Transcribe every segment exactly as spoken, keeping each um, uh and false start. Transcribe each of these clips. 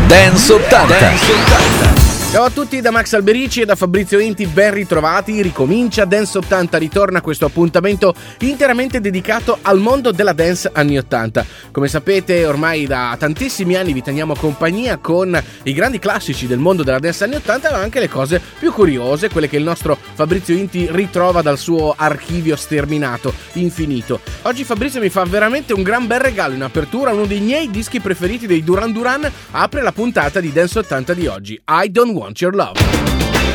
Dance ottanta. Dance ottanta. Ciao a tutti da Max Alberici e da Fabrizio Inti, ben ritrovati. Ricomincia Dance ottanta, ritorna questo appuntamento interamente dedicato al mondo della dance anni ottanta. Come sapete, ormai da tantissimi anni vi teniamo compagnia con i grandi classici del mondo della dance anni ottanta, ma anche le cose più curiose, quelle che il nostro Fabrizio Inti ritrova dal suo archivio sterminato, infinito. Oggi Fabrizio mi fa veramente un gran bel regalo in apertura, uno dei miei dischi preferiti dei Duran Duran apre la puntata di Dance ottanta di oggi, I Don't Want Your Love.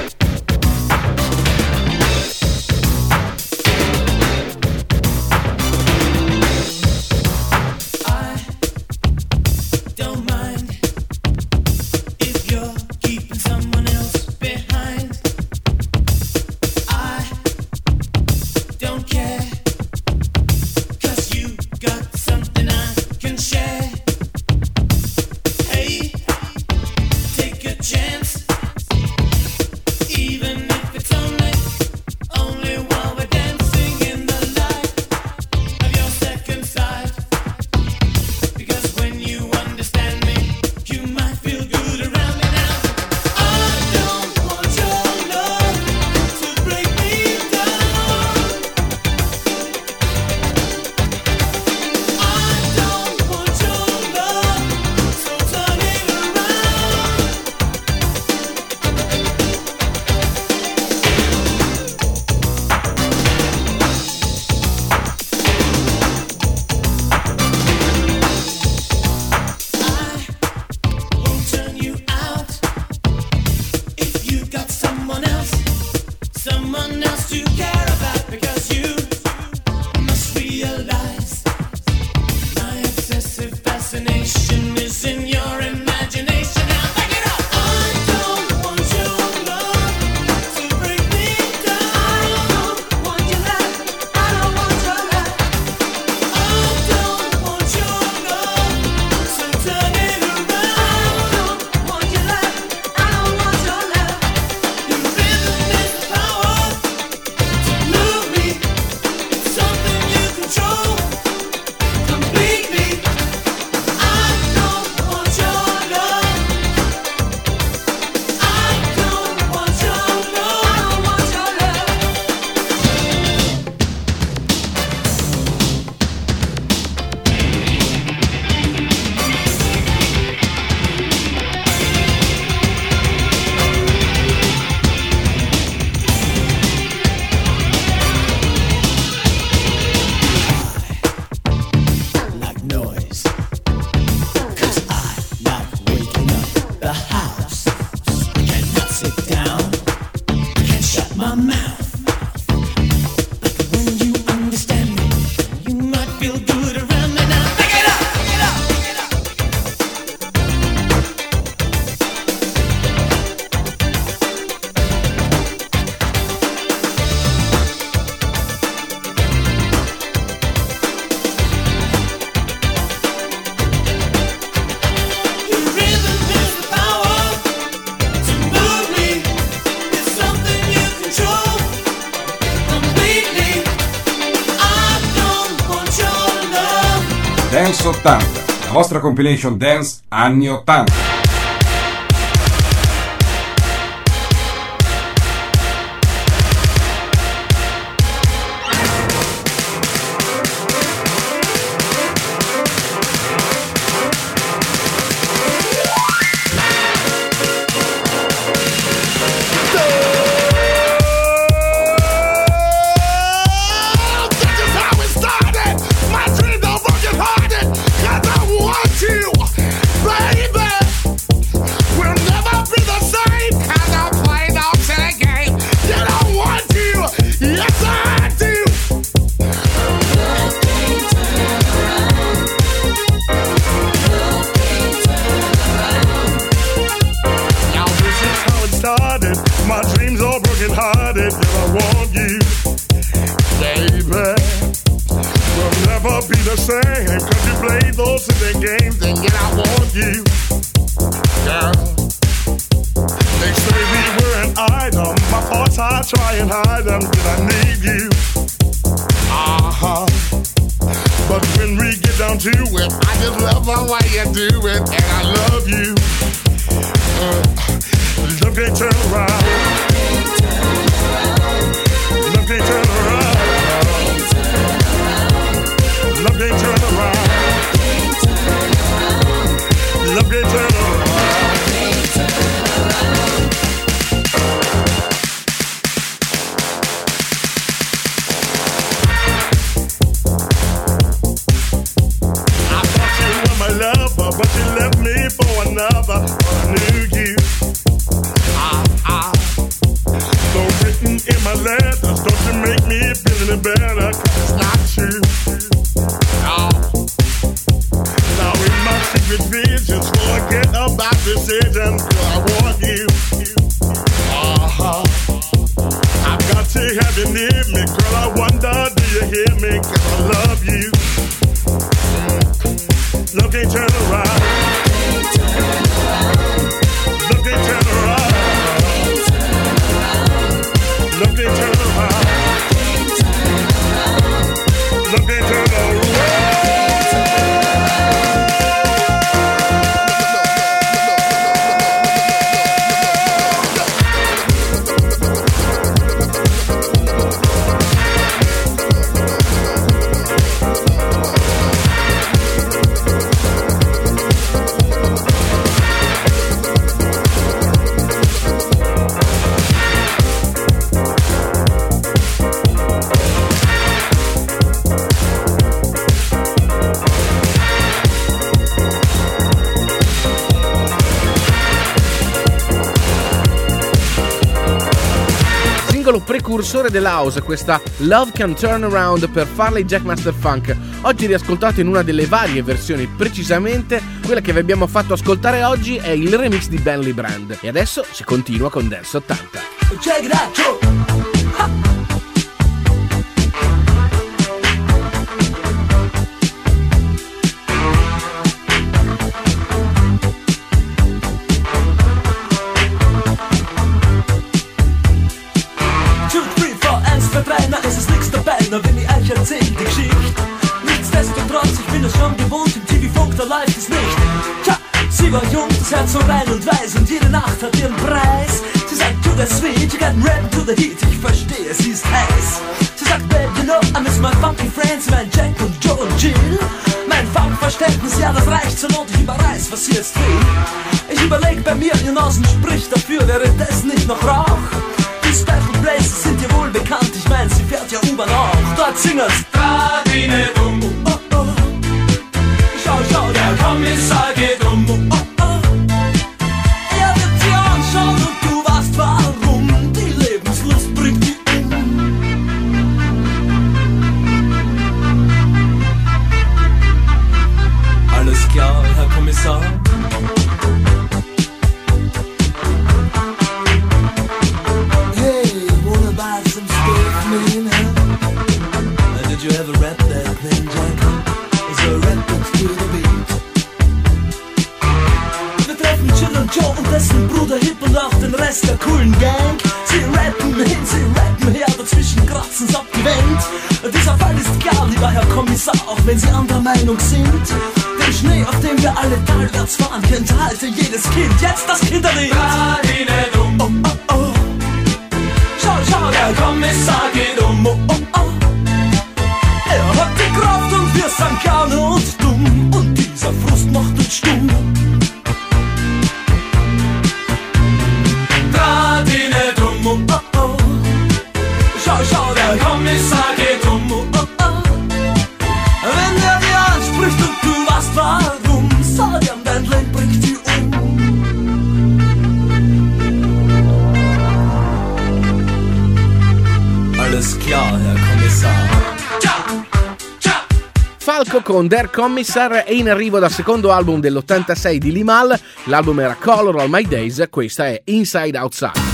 Dance ottanta, la vostra compilation dance anni ottanta. Try and hide them, did I need you? Uh-huh. But when we get down to it, I just love the way you do it, and I love you. never knew you. Ah, ah. So written in my letters, don't you make me feel any better, 'cause it's not true. Oh. Now in my secret visions, forget about decisions, 'cause I want you. Uh-huh. I've got to have you near me, girl, I wonder, do you hear me, 'cause I love you. Look and turn around. Look and turn around. Look and turn around. Look and turn around. Precursore dell'house, questa Love Can Turn Around per Farley Jackmaster Funk, oggi riascoltato in una delle varie versioni. Precisamente quella che vi abbiamo fatto ascoltare oggi è il remix di Bentley Brand. E adesso si continua con Dance ottanta. Check it out, Joe. Wenn ich euch erzähl die Geschichte. Nichtsdestotrotz, ich bin es schon gewohnt, im T V-Funk, da läuft es nicht. Tja, sie war jung, das Herz so rein und weiß und jede Nacht hat ihren Preis. Sie sagt, to the sweet, you got ready to the heat, ich verstehe, sie ist heiß. Sie sagt, babe, you know, I miss my funky friends, mein Jack und Joe und Jill. Mein Funkverständnis, ja, das reicht zur Not, ich überreiß, was sie jetzt will. Ich überleg bei mir, ihr Nasen spricht dafür, wäre das nicht noch Rauch? Die Special Places sind dir wohl bekannt, ich mein, sie fährt ja U-Bahn auch. Dort singen's Radine dumm, oh, oh, oh. Schau, schau, der Kommissar geht um, oh, oh, oh. Er wird sie anschauen und du weißt warum. Die Lebenslust bringt die um. Alles klar, Herr Kommissar. Did you ever rap that thing, Jack? Is a rap to the beat? Wir treffen Jill und Joe und dessen Bruder Hip und auch den Rest der coolen Gang. Sie rappen hin, sie rappen her, dazwischen kratzen's ab die Wand. Dieser Fall ist klar, lieber Herr Kommissar, auch wenn Sie anderer Meinung sind. Den Schnee, auf dem wir alle talwärts fahren, kennt halte jedes Kind. Jetzt das Kinderlied. Radine dumm, oh, oh, oh. Schau, schau, der Kommissar geht um, oh, oh, oh. Er hat die Kraft und wir sind gerne und dumm. Und dieser Frust macht uns stumm. Radine dumm, oh, oh, oh. Schau, schau, der Kommissar geht um, oh, oh, oh. Wenn er dir anspricht und du weißt warum, sag ihm, dein Leben bringt die um. Alles klar, Herr Kommissar. Falco con Der Commissar è in arrivo dal secondo album dell'ottantasei di Limahl. L'album era Color All My Days, questa è Inside Outside.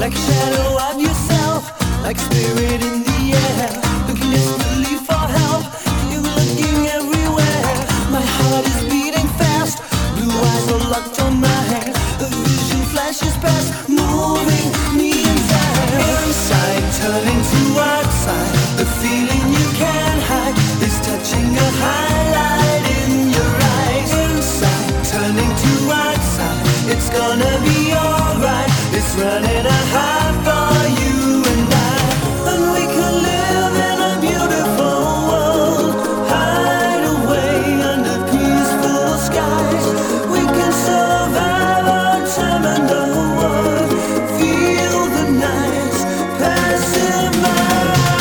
like a shadow of yourself, like a spirit in the air, looking desperately for help. You're looking everywhere. My heart is beating fast, blue eyes are locked on mine. A vision flashes past, moving me inside. Inside, turning to outside. The feeling you can't hide is touching a highlight in your eyes. Inside, turning to outside. It's gonna be alright. It's running a high for you and I. And we can live in a beautiful world, hide away under peaceful skies. We can survive our time underworld, feel the nights passing by.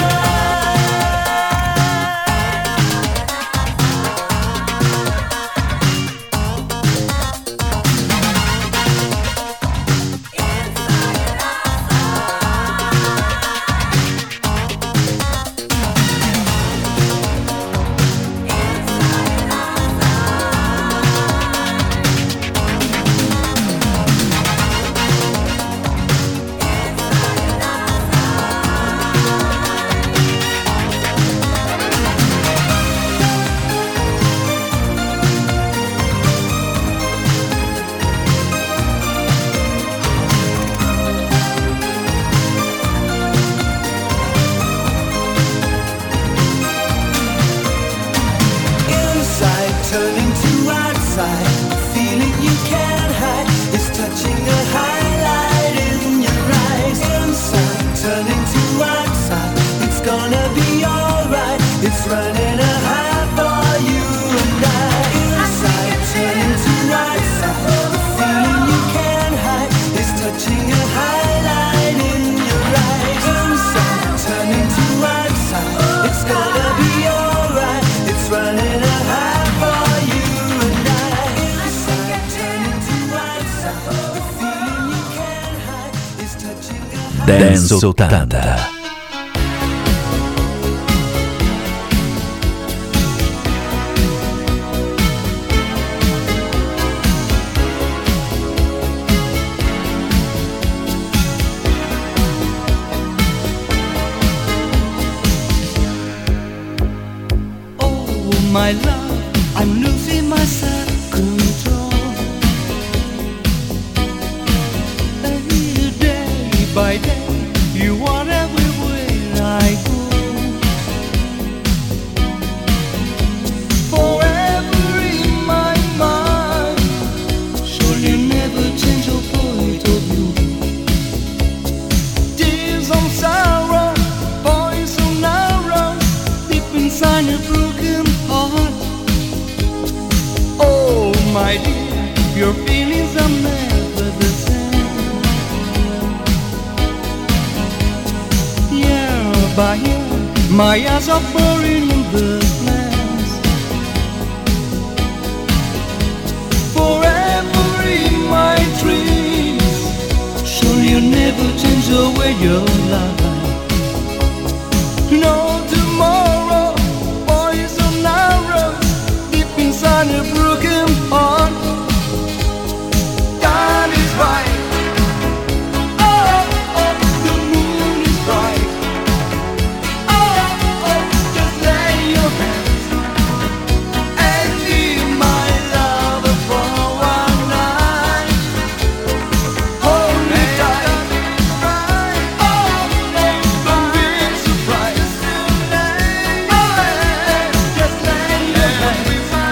Dance ottanta. My love, I'm losing my self-control. Day by day, you are everywhere I go. Forever in my mind, surely never change your point of view. Tears of sorrow, poison arrow, deep inside a broken heart. Oh my dear, your feelings are never the same. Year by year, my eyes are burning in the flames. Forever in my dreams, surely you'll never change the way you lie. No tomorrow, poison arrow, deep inside a broken heart. God is right. Oh, oh, the moon is bright. Oh, oh, just lay your hands and be my lover for one night. Hold me tight. Oh, don't be surprised. Oh, just lay your hands.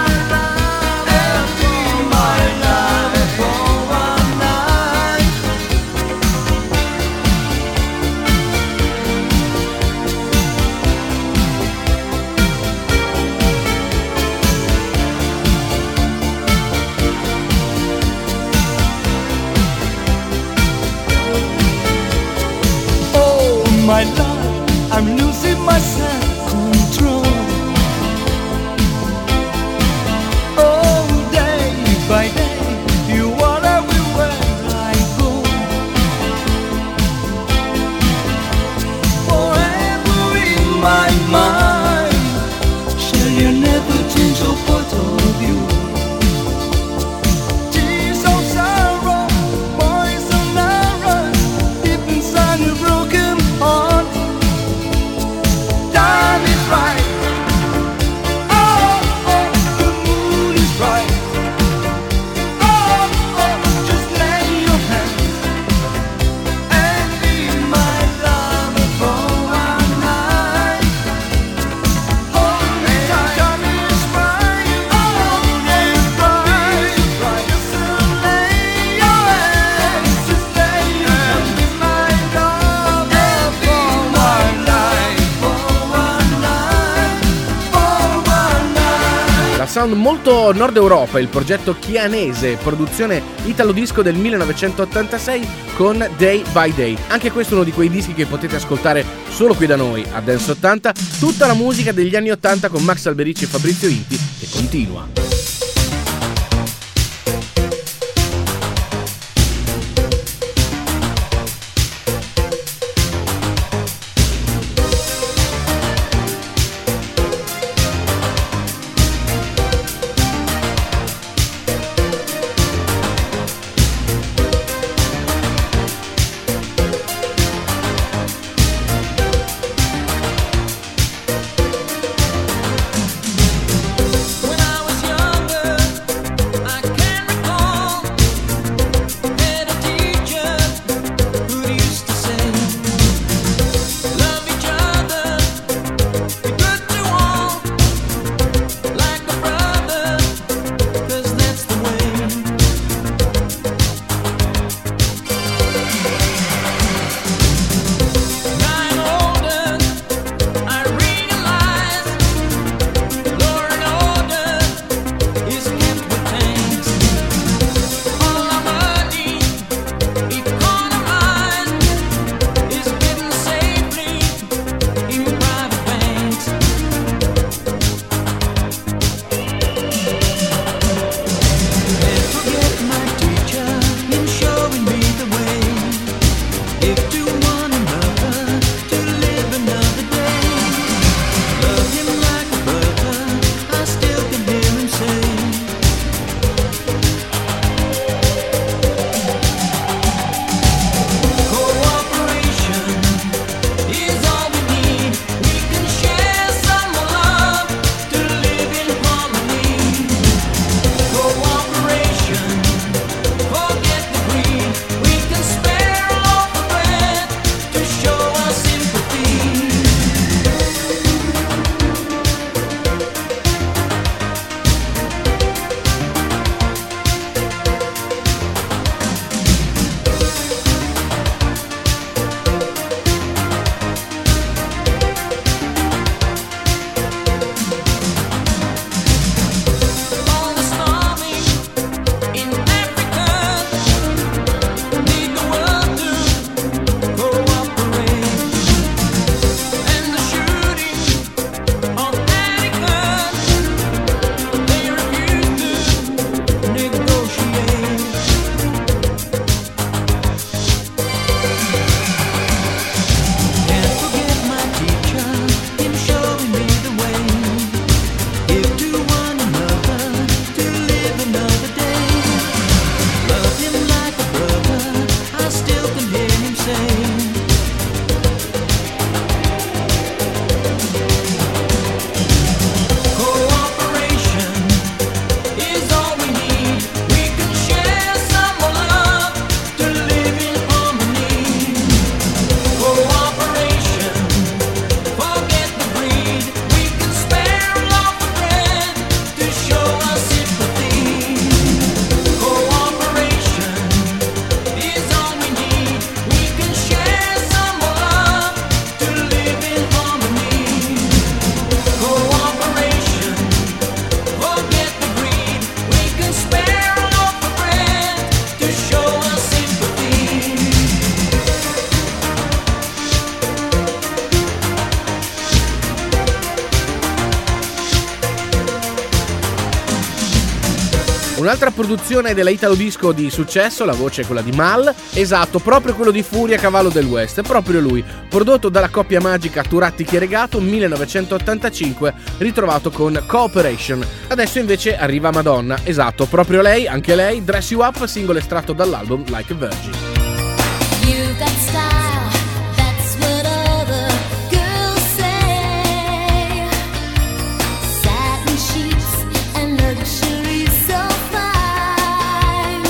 My love, I'm losing my self-control. Oh, day by day, you are everywhere I go. Forever in my mind, shall you never change your point of view? Tears of sorrow, poison arrow, deep inside. sound molto Nord Europa, il progetto chianese, produzione italo disco del millenovecentottantasei con Day by Day. Anche questo è uno di quei dischi che potete ascoltare solo qui da noi a Dance ottanta, tutta la musica degli anni ottanta con Max Alberici e Fabrizio Inti, che continua. When I was younger, I Un'altra produzione della Italo Disco di successo, la voce è quella di Mal, esatto, proprio quello di Furia Cavallo del West, è proprio lui, prodotto dalla coppia magica Turatti Chieregato, millenovecentottantacinque, ritrovato con Cooperation. Adesso invece arriva Madonna, esatto, proprio lei, anche lei, Dress You Up, singolo estratto dall'album Like a Virgin. You got style, that's what other girls say. Satin sheets and luxury so fine.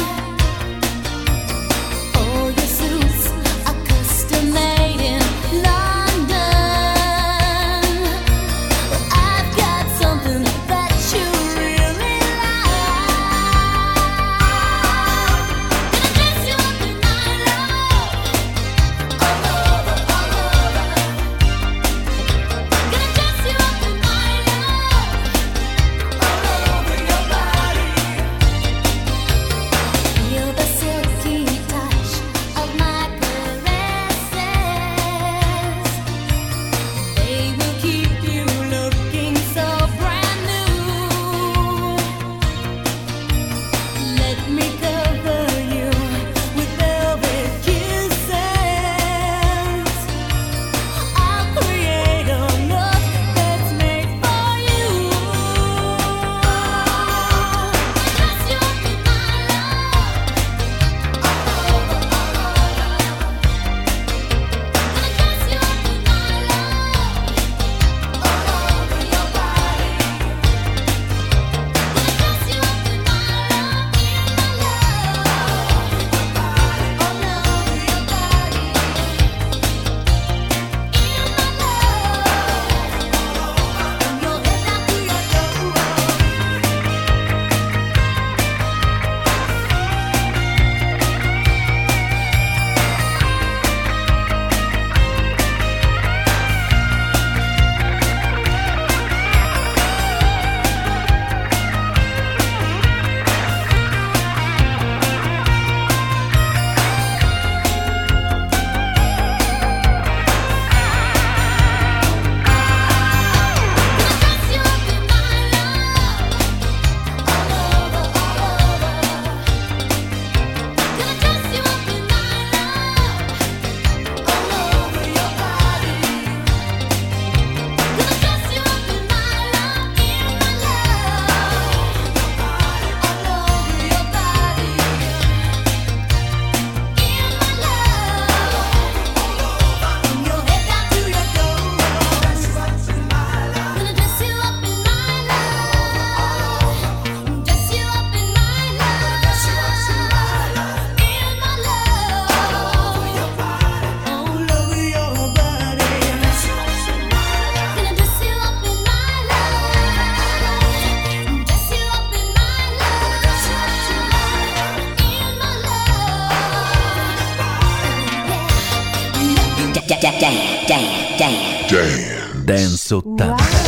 All your suits are custom made in London. Well, I've got something that you really like. Gonna dress you up tonight. Dance ottanta.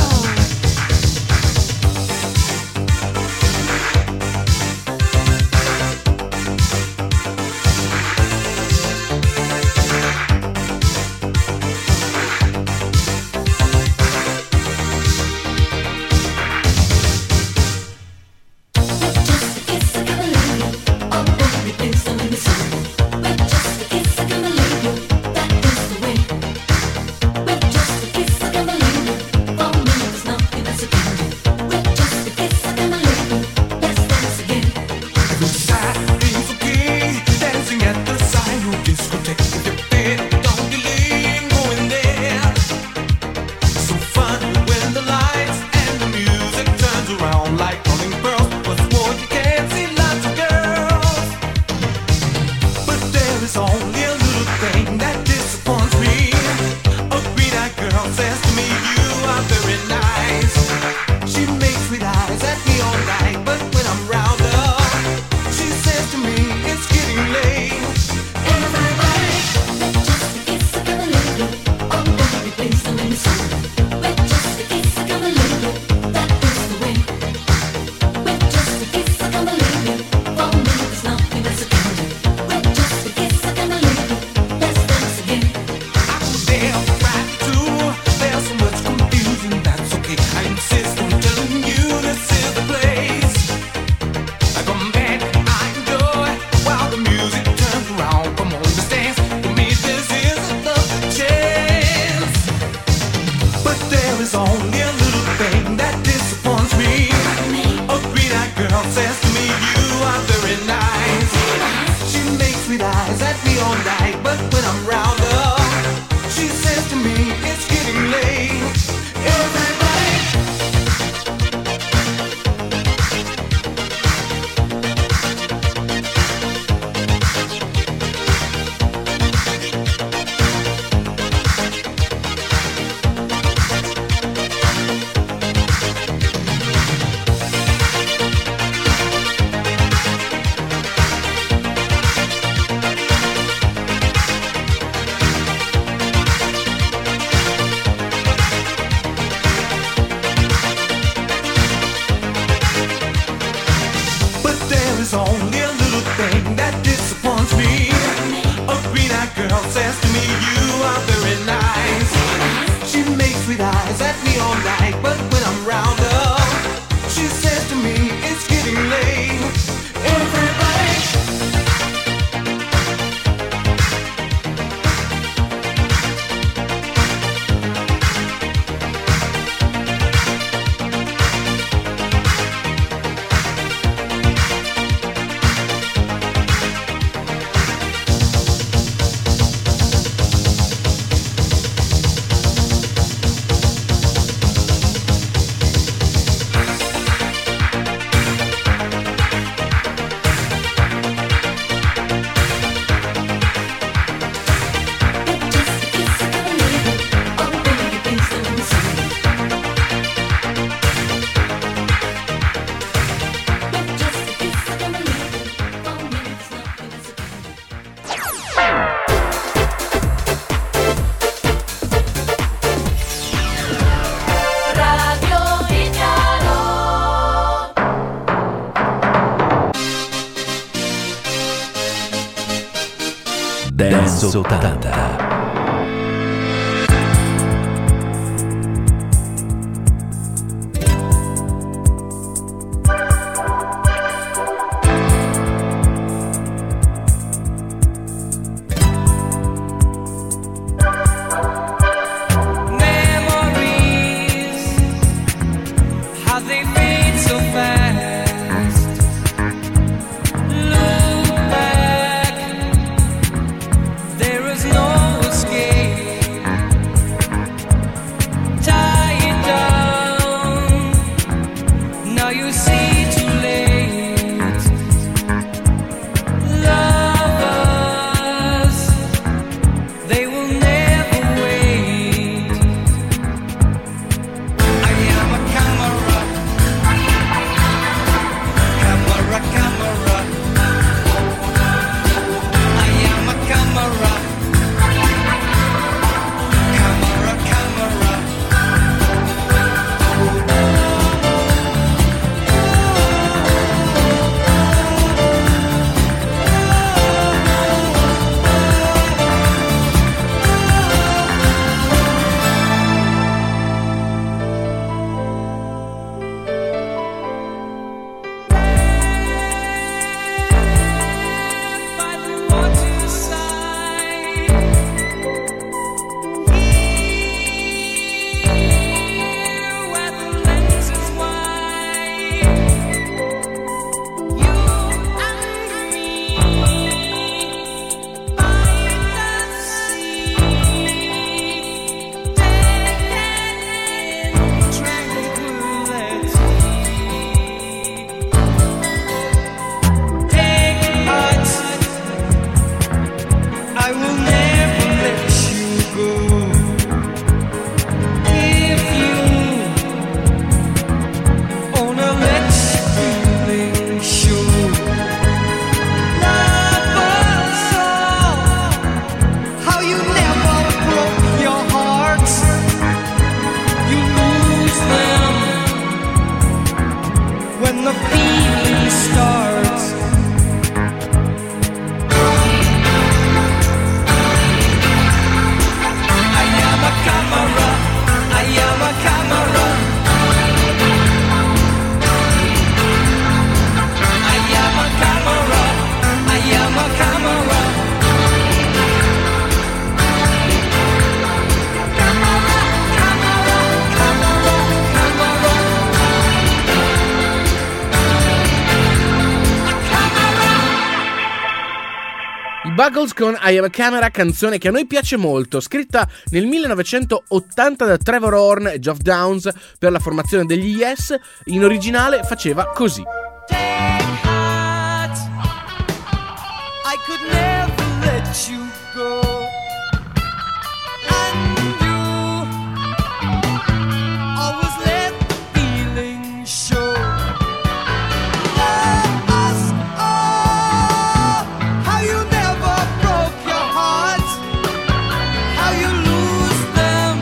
Dance ottanta. Look back, there is no Buggles con I Have a Camera, canzone che a noi piace molto, scritta nel millenovecentottanta da Trevor Horn e Geoff Downes per la formazione degli Yes. In originale faceva così. I could never let you go, and you always let the feeling show. Let us all, how you never broke your heart, how you lose them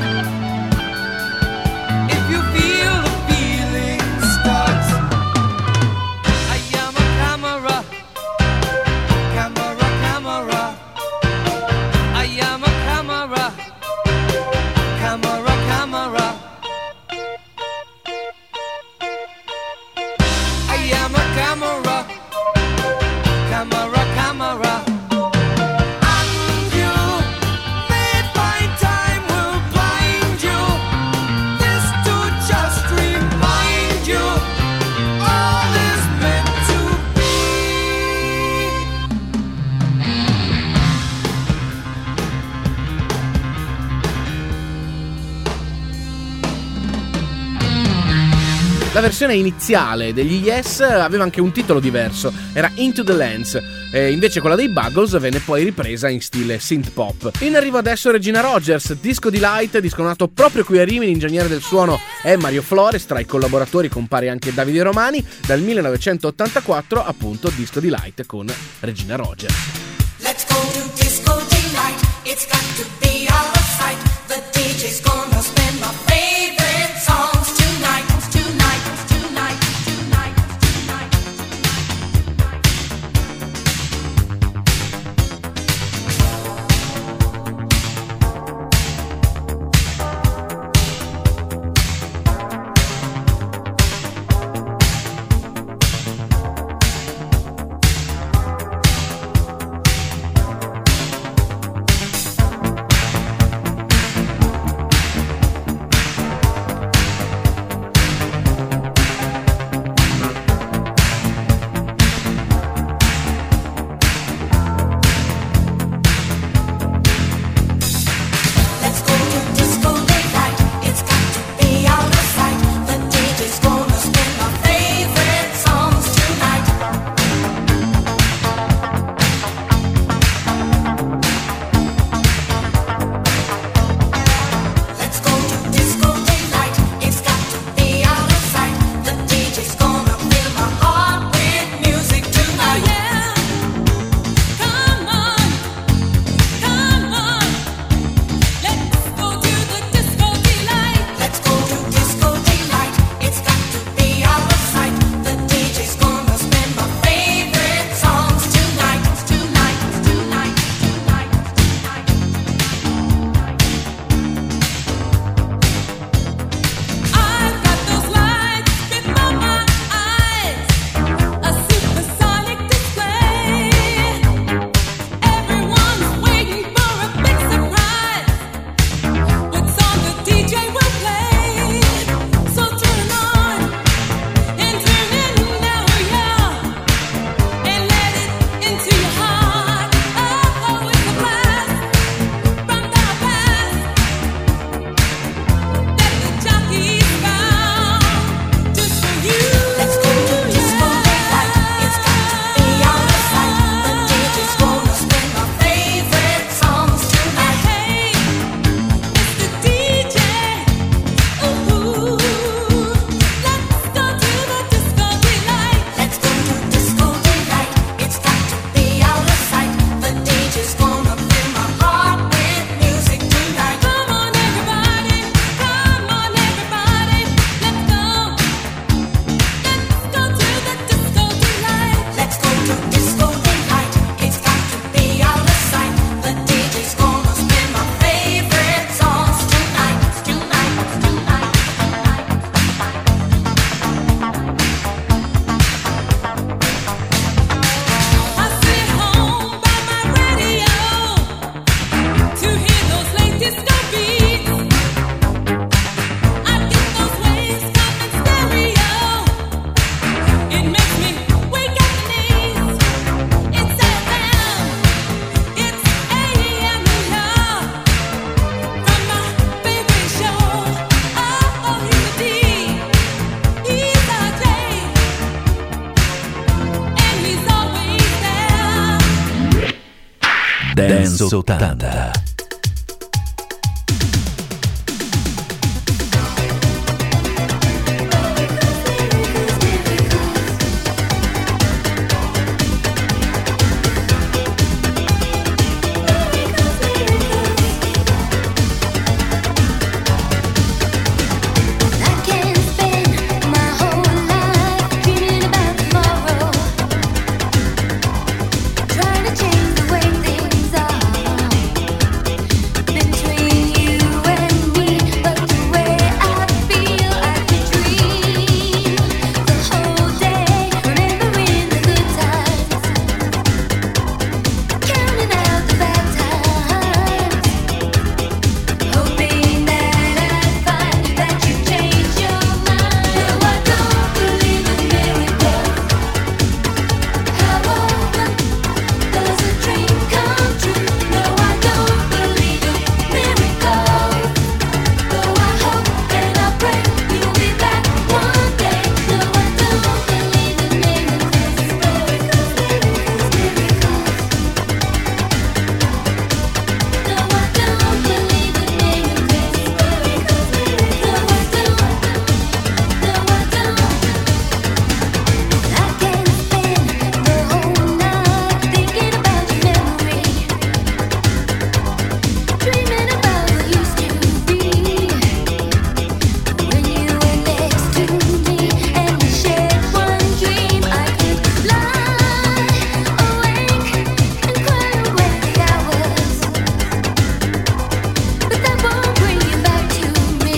if you feel the feeling start. I am a camera. Camera, camera, I am a camera, camera, camera, I am a camera, camera, camera, and you may find time will blind you, this to just remind you, all is meant to be. La versione iniziale degli Yes aveva anche un titolo diverso, era Into the Lens, e invece quella dei Buggles venne poi ripresa in stile synth pop. In arrivo adesso Regina Rogers, Disco Delight, disco nato proprio qui a Rimini. Ingegnere del suono è Mario Flores, tra i collaboratori compare anche Davide Romani. Dal millenovecentottantaquattro appunto Disco Delight con Regina Rogers. Let's go to Disco Delight. It's got to be out of sight. The D J's gonna spin my favorite songs tonight. Tonight, tonight, tonight, tonight, Dance ottanta. I can't spend my whole life dreaming about tomorrow, trying to change the way things are between you and me. But the way I feel, I could dream the whole day, remembering the good times, counting out the bad times, hoping that I'd find that you change your mind. No, I don't believe in miracles. How often does a dream come true? No, I don't believe in miracles. Though I hope and I pray you'll be back one day. No, I don't believe in miracles. Miracles, miracles, miracles. No, I don't believe in miracles. Miracles, miracles. No, I don't. No, I don't. I can't spend the whole night thinking about your memory, dreaming about what used to be when you were next to me and we shared one dream. I could lie awake and cry away the hours, but that won't bring you back to me.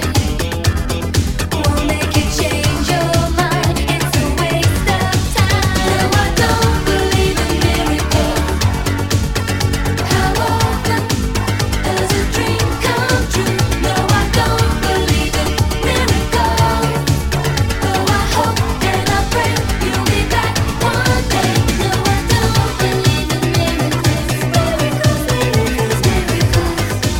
Won't make you change your mind. It's a waste of time. No, I don't believe in miracles. How often does a dream come true? No, I don't believe in miracles. Though I hope and I pray you'll be back one day. No, I don't believe in miracles. Miracles, miracles, miracles.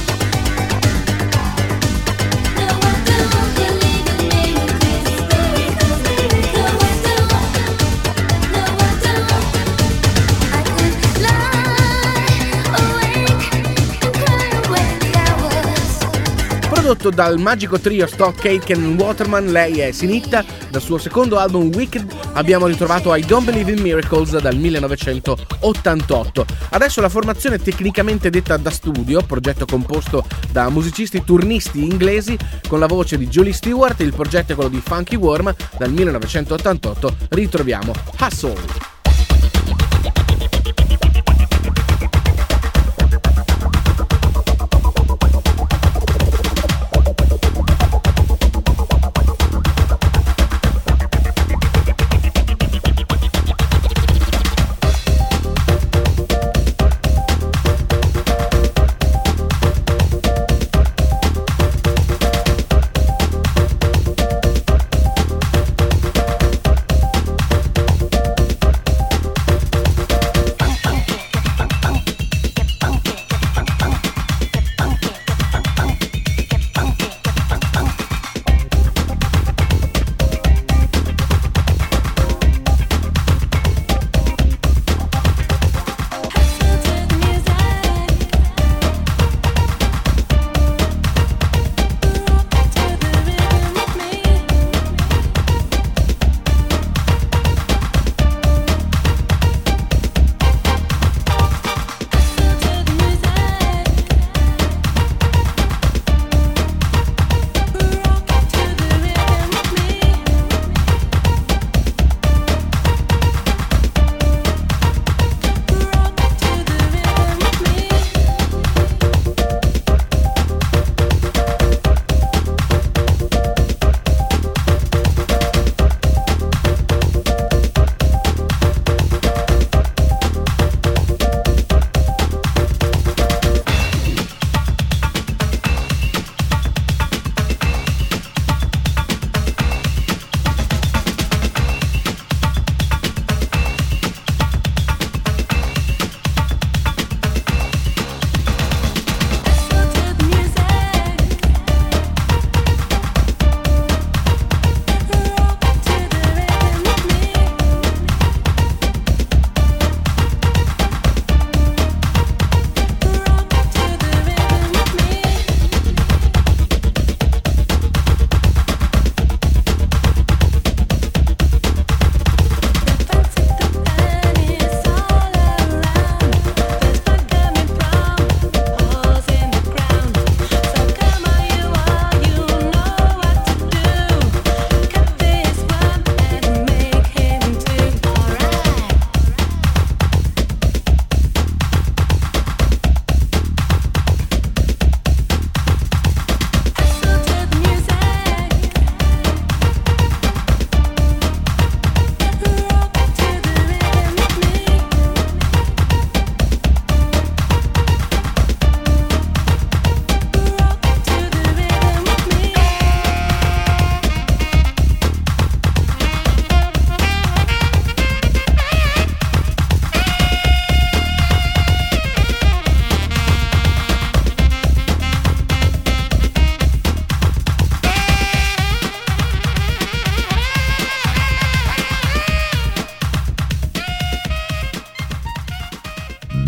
No, I don't believe in miracles. Miracles, miracles. No, I don't. No, I don't. I could lie awake and cry away the hours. Prodotto dal magico trio Stock Aitken and Waterman, lei è Sinitta. Dal suo secondo album Wicked abbiamo ritrovato I Don't Believe in Miracles dal millenovecentottantotto. Adesso la formazione tecnicamente detta da studio, progetto composto da musicisti turnisti inglesi con la voce di Julie Stewart. Il progetto è quello di Funky Worm. Dal millenovecentottantotto ritroviamo Hustle.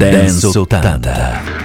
Dance ottanta.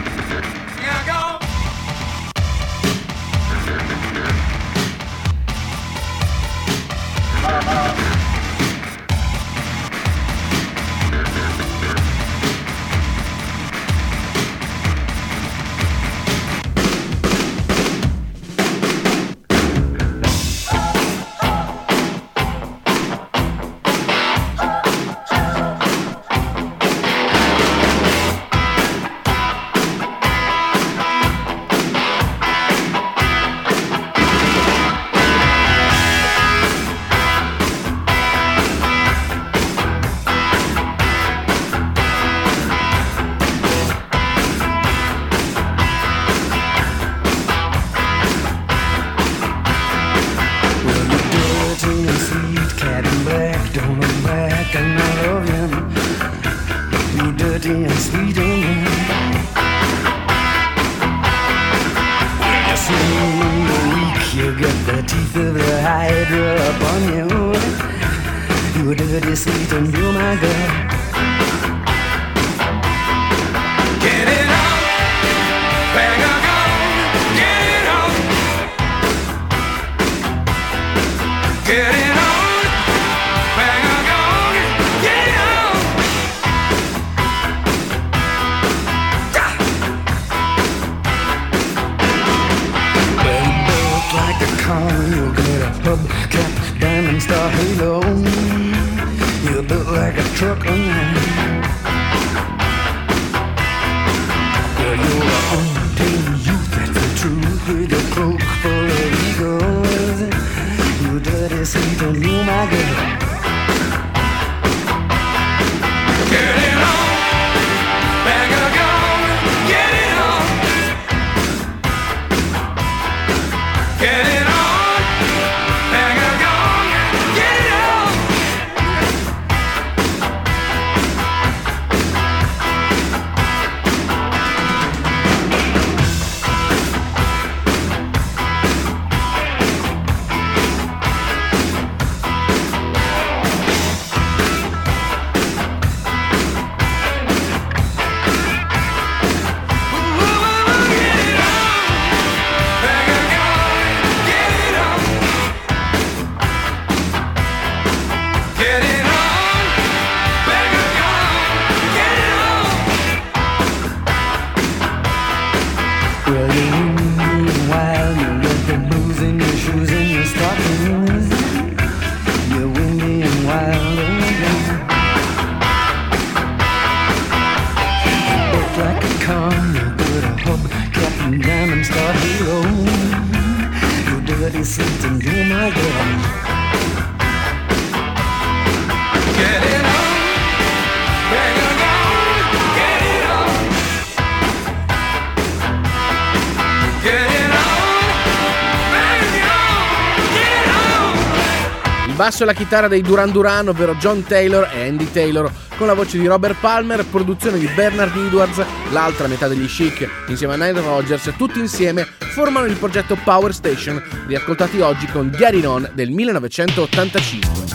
Basso e la chitarra dei Duran Duran, ovvero John Taylor e Andy Taylor, con la voce di Robert Palmer, produzione di Bernard Edwards, l'altra metà degli Chic, insieme a Nile Rodgers, tutti insieme formano il progetto Power Station, riascoltati oggi con Get It On del millenovecentottantacinque.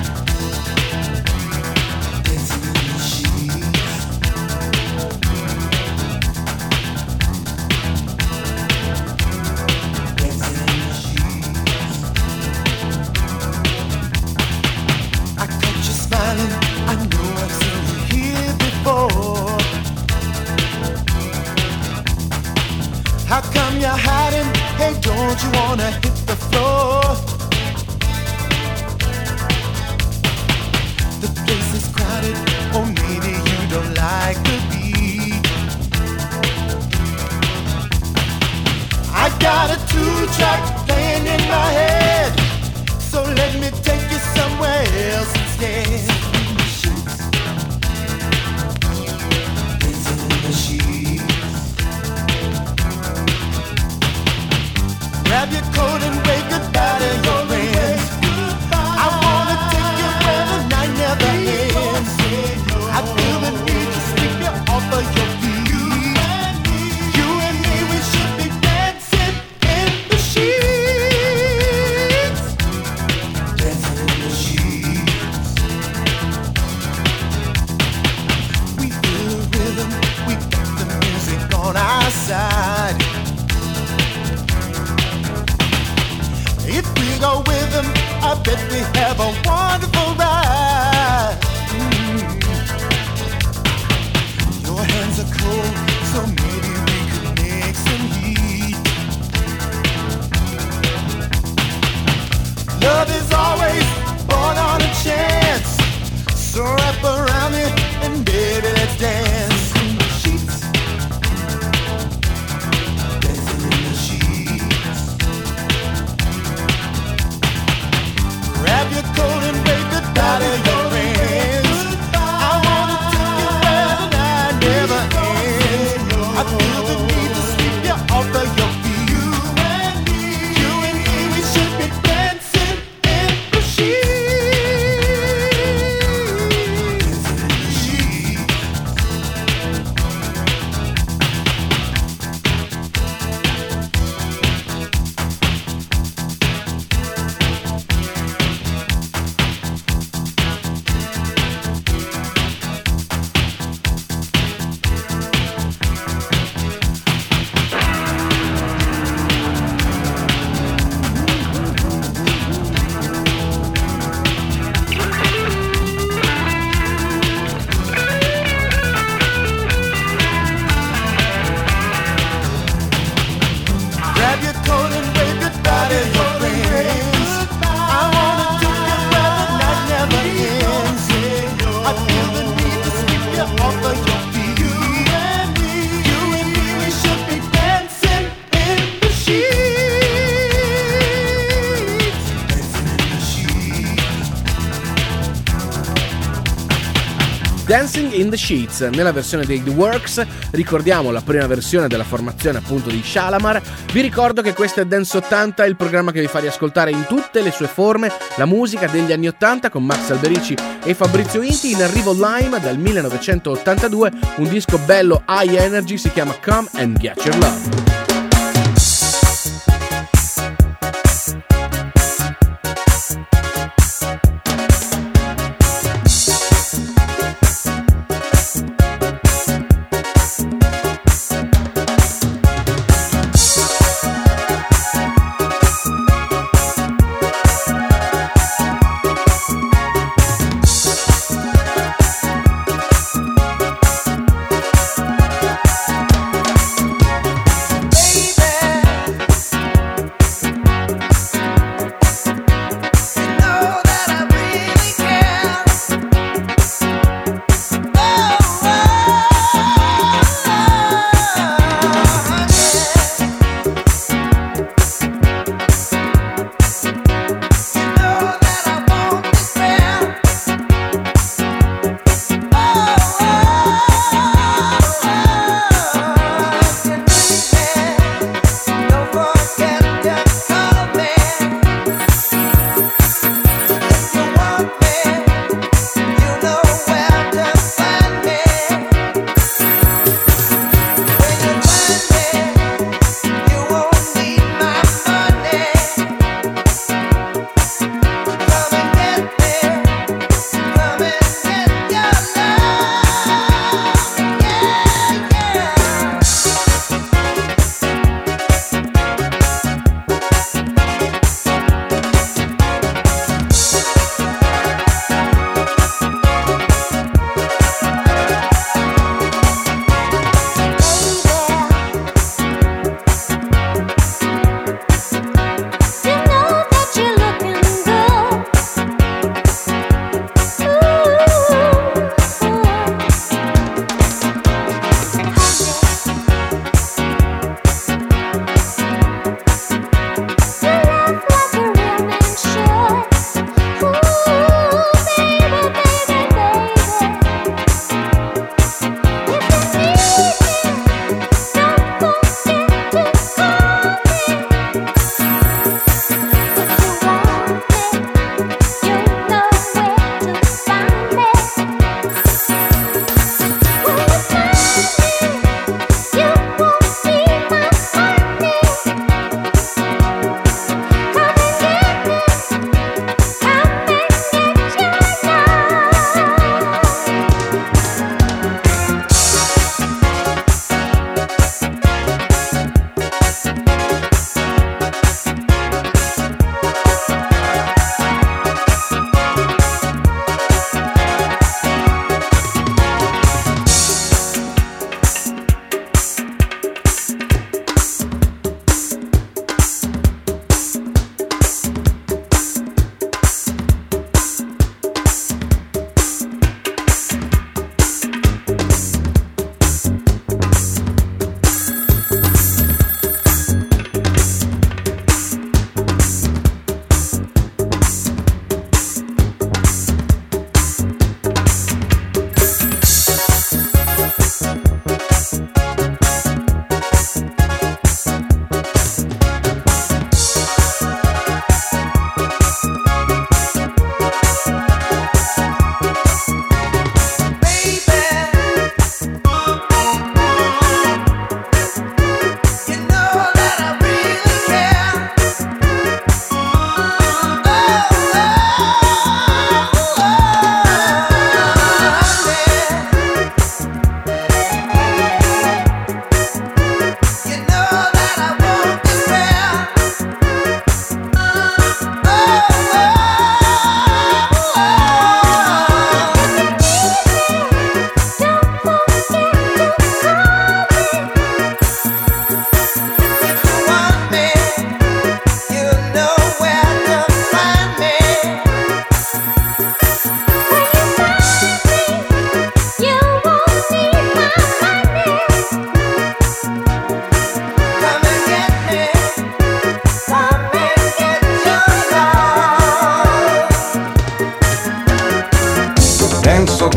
How come you're hiding? Hey, don't you wanna hit the floor? The place is crowded, or maybe you don't like the beat. I got a two-track playing in my head, so let me take you somewhere else instead. Grab your coat and wave goodbye to your friends. I wanna take you where the night never ends. I feel the need to sweep you off of your feet. You and me, we should be dancing in the sheets. Dancing in the sheets. bet we have a wonderful ride. Mm. Your hands are cold, so maybe we could make some heat. Love is always born on a chance, so wrap around me and baby let's dance in the sheets. Dancing in the sheets. Grab your coat and wave goodbye to your friends. I wanna take you where the night never ends. I feel the need to sweep you off of your feet. You and me, you and me, we should be dancing in the sheets. Grab your coat and wave goodbye to your friends. I wanna take you where the night never ends. I feel the need to sweep you off of your feet. You and me, you and me, we should be dancing in the sheets. Dancing in the sheets. Dancing in the Sheets nella versione dei The Works. Ricordiamo la prima versione della formazione appunto di Shalamar. Vi ricordo che questo è Dance ottanta, il programma che vi fa riascoltare in tutte le sue forme la musica degli anni ottanta con Max Alberici e Fabrizio Inti. In arrivo Lime dal millenovecentottantadue, un disco bello high energy, si chiama Come and Get Your Love. Baby,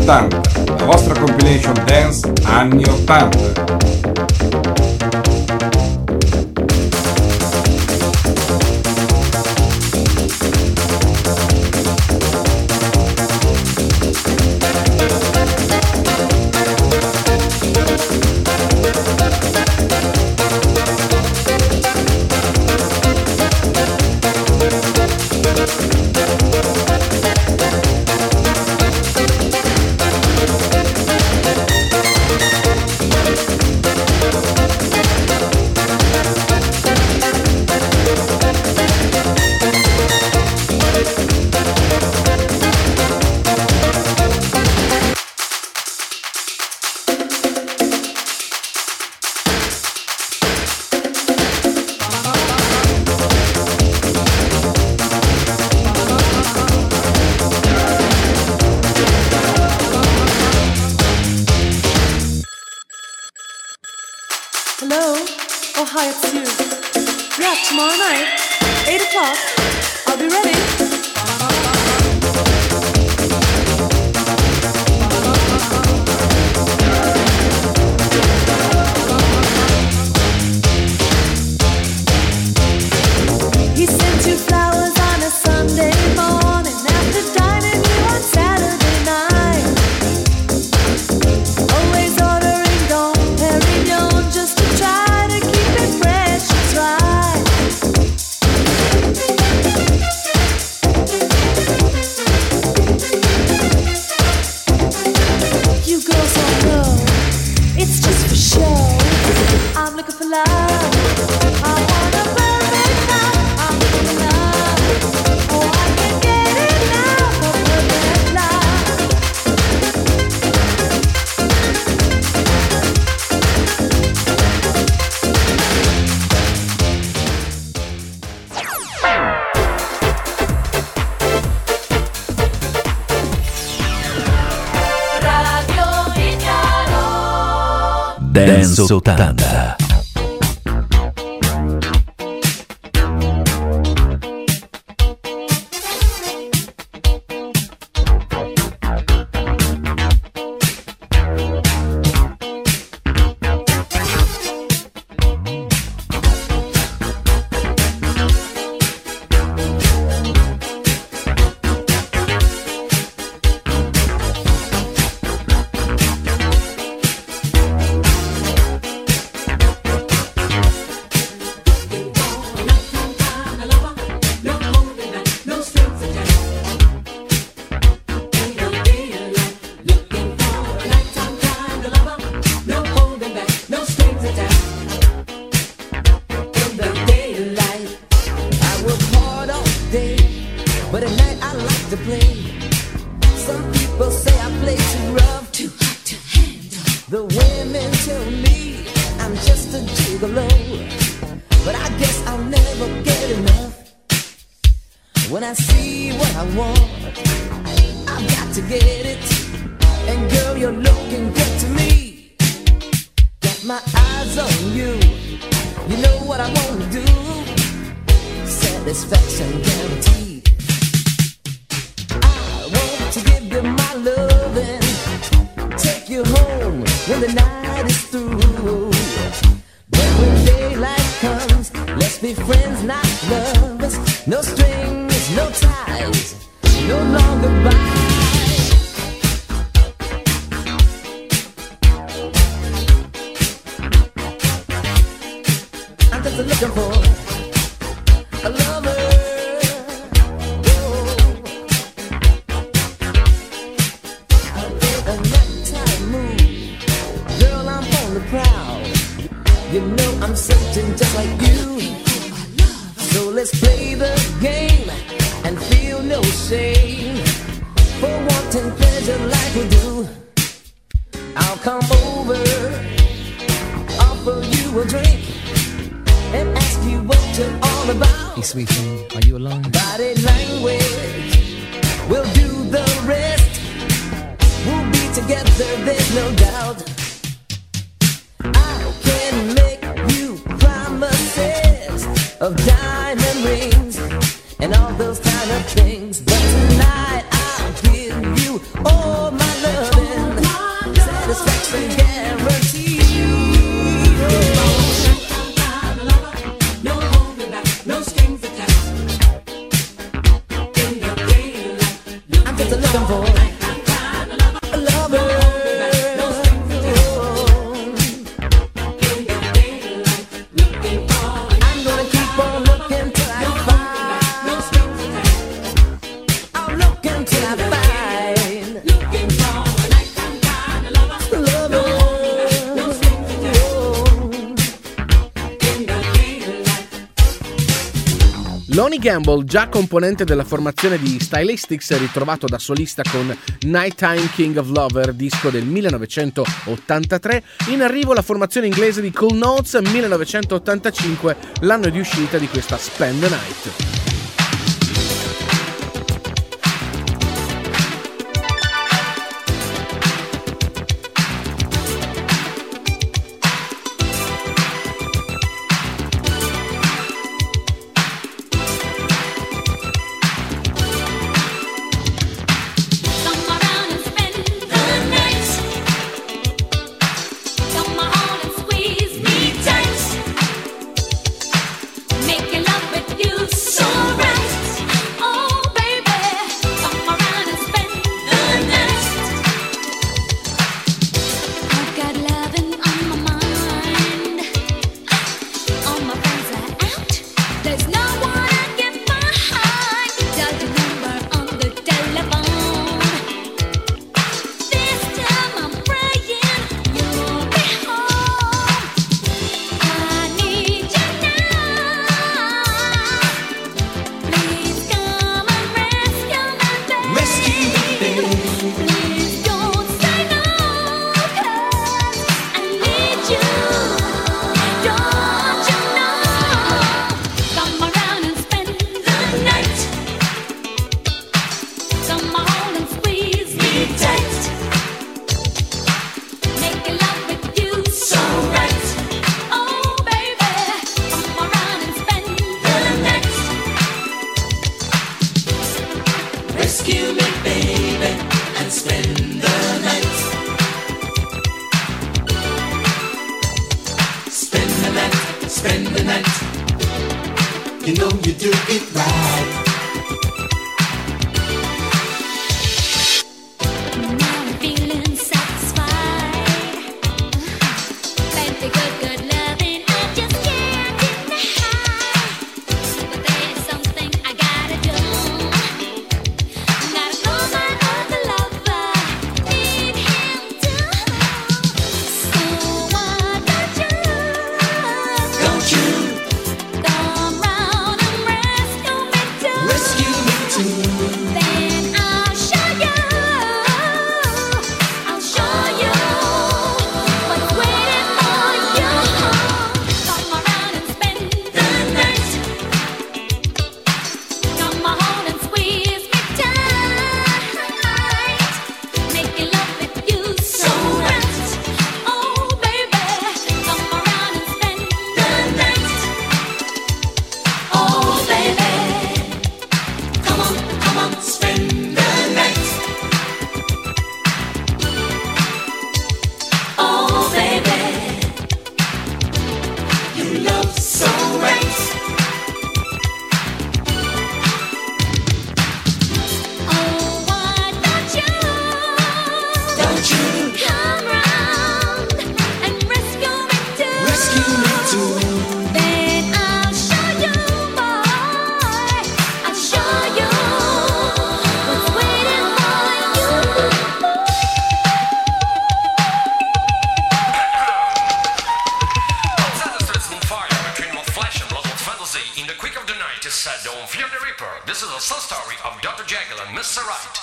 ottanta, la vostra compilation dance anni ottanta. Hello? Oh, hi, it's you. Yeah, tomorrow night, eight o'clock. I'll be ready. He sent you flowers on a Sunday morning after dining you on Saturday night. Always ordering Dom Perignon just to try to keep it fresh and dry. You girls don't know, it's just for show. I'm looking for love. I want a perfect love. I'm looking for love. Oh, I can get it now for perfect love. Radio Italia. Dance ottanta. But at night I like to play. Some people say I play too rough, too hot to handle. The women tell me I'm just a gigolo, but I guess I'll never get enough. When I see what I want, I've got to get it. And girl, you're looking good to me. Got my eyes on you. You know what I wanna do. Satisfaction guaranteed. I want to give you my loving, take you home when the night is through. But when daylight comes, let's be friends, not lovers. No strings, no ties, no longer goodbye. I'm just looking for a lover. Oh. I did a nighttime move. Girl, I'm on the prowl. You know I'm searching just like you. So let's play the game and feel no shame. For wanting pleasure like we do, I'll come over, offer you a drink, and ask you what you're all about. Hey, sweet thing, are you alone? Body language, we'll do the rest. We'll be together, there's no doubt. I can make you promises of diamond rings and all those kind of things. But tonight I'll give you all my loving. satisfaction guaranteed. No holding back, no strings attached. In the daylight, I'm just looking for a lover. I'm gonna keep on looking till I find. I'll look until I find. Looking for a nighttime kind of lover. Lover. Lonnie Gamble, già componente della formazione di Stylistics, ritrovato da solista con Nighttime King of Lover, disco del millenovecentottantatré, in arrivo la formazione inglese di Cool Notes, millenovecentottantacinque, l'anno di uscita di questa Spend the Night. Come around and spend the night. Come on and squeeze me tight. Making love with you so right. Oh baby, come around and spend the night. I've got loving on my mind. All my friends are out. There's no one I can find. Dial your number on the telephone. This time I'm praying you'll be home. I need you now. Please come and rescue me, baby. Rescue me, baby. Please don't say no, 'cause I need you. Don't you know? Come around and spend the night. Come on and squeeze me tight. Making love with you so right. Oh baby, come around and spend the night. Rescue me, baby, and spend the night. Spend the night, spend the night. You know you do it right. Now I'm feeling satisfied. Plenty good, good loving, I just can't deny. But there's something I gotta do. Gotta call my other lover, need him too. So why don't you, Don't you come round and rescue me too? rescue me too? Then I'll show you, I'll show you what's waiting for you. Come around and spend the night. Come on and squeeze me tight. Making love with you so right. Oh baby, come around and spend the night. Oh baby, Come on, come on, spend the night. oh baby. You love so right. Oh, why don't you, Don't you come round and rescue me too? rescue me too? Then I'll show you, boy, I'll show you what's waiting for you. Senseless fire between what flesh and blood, what fantasy. In the quick of the night is said, don't fear the reaper. This is a sad story of Doctor Jekyll and Mister Right.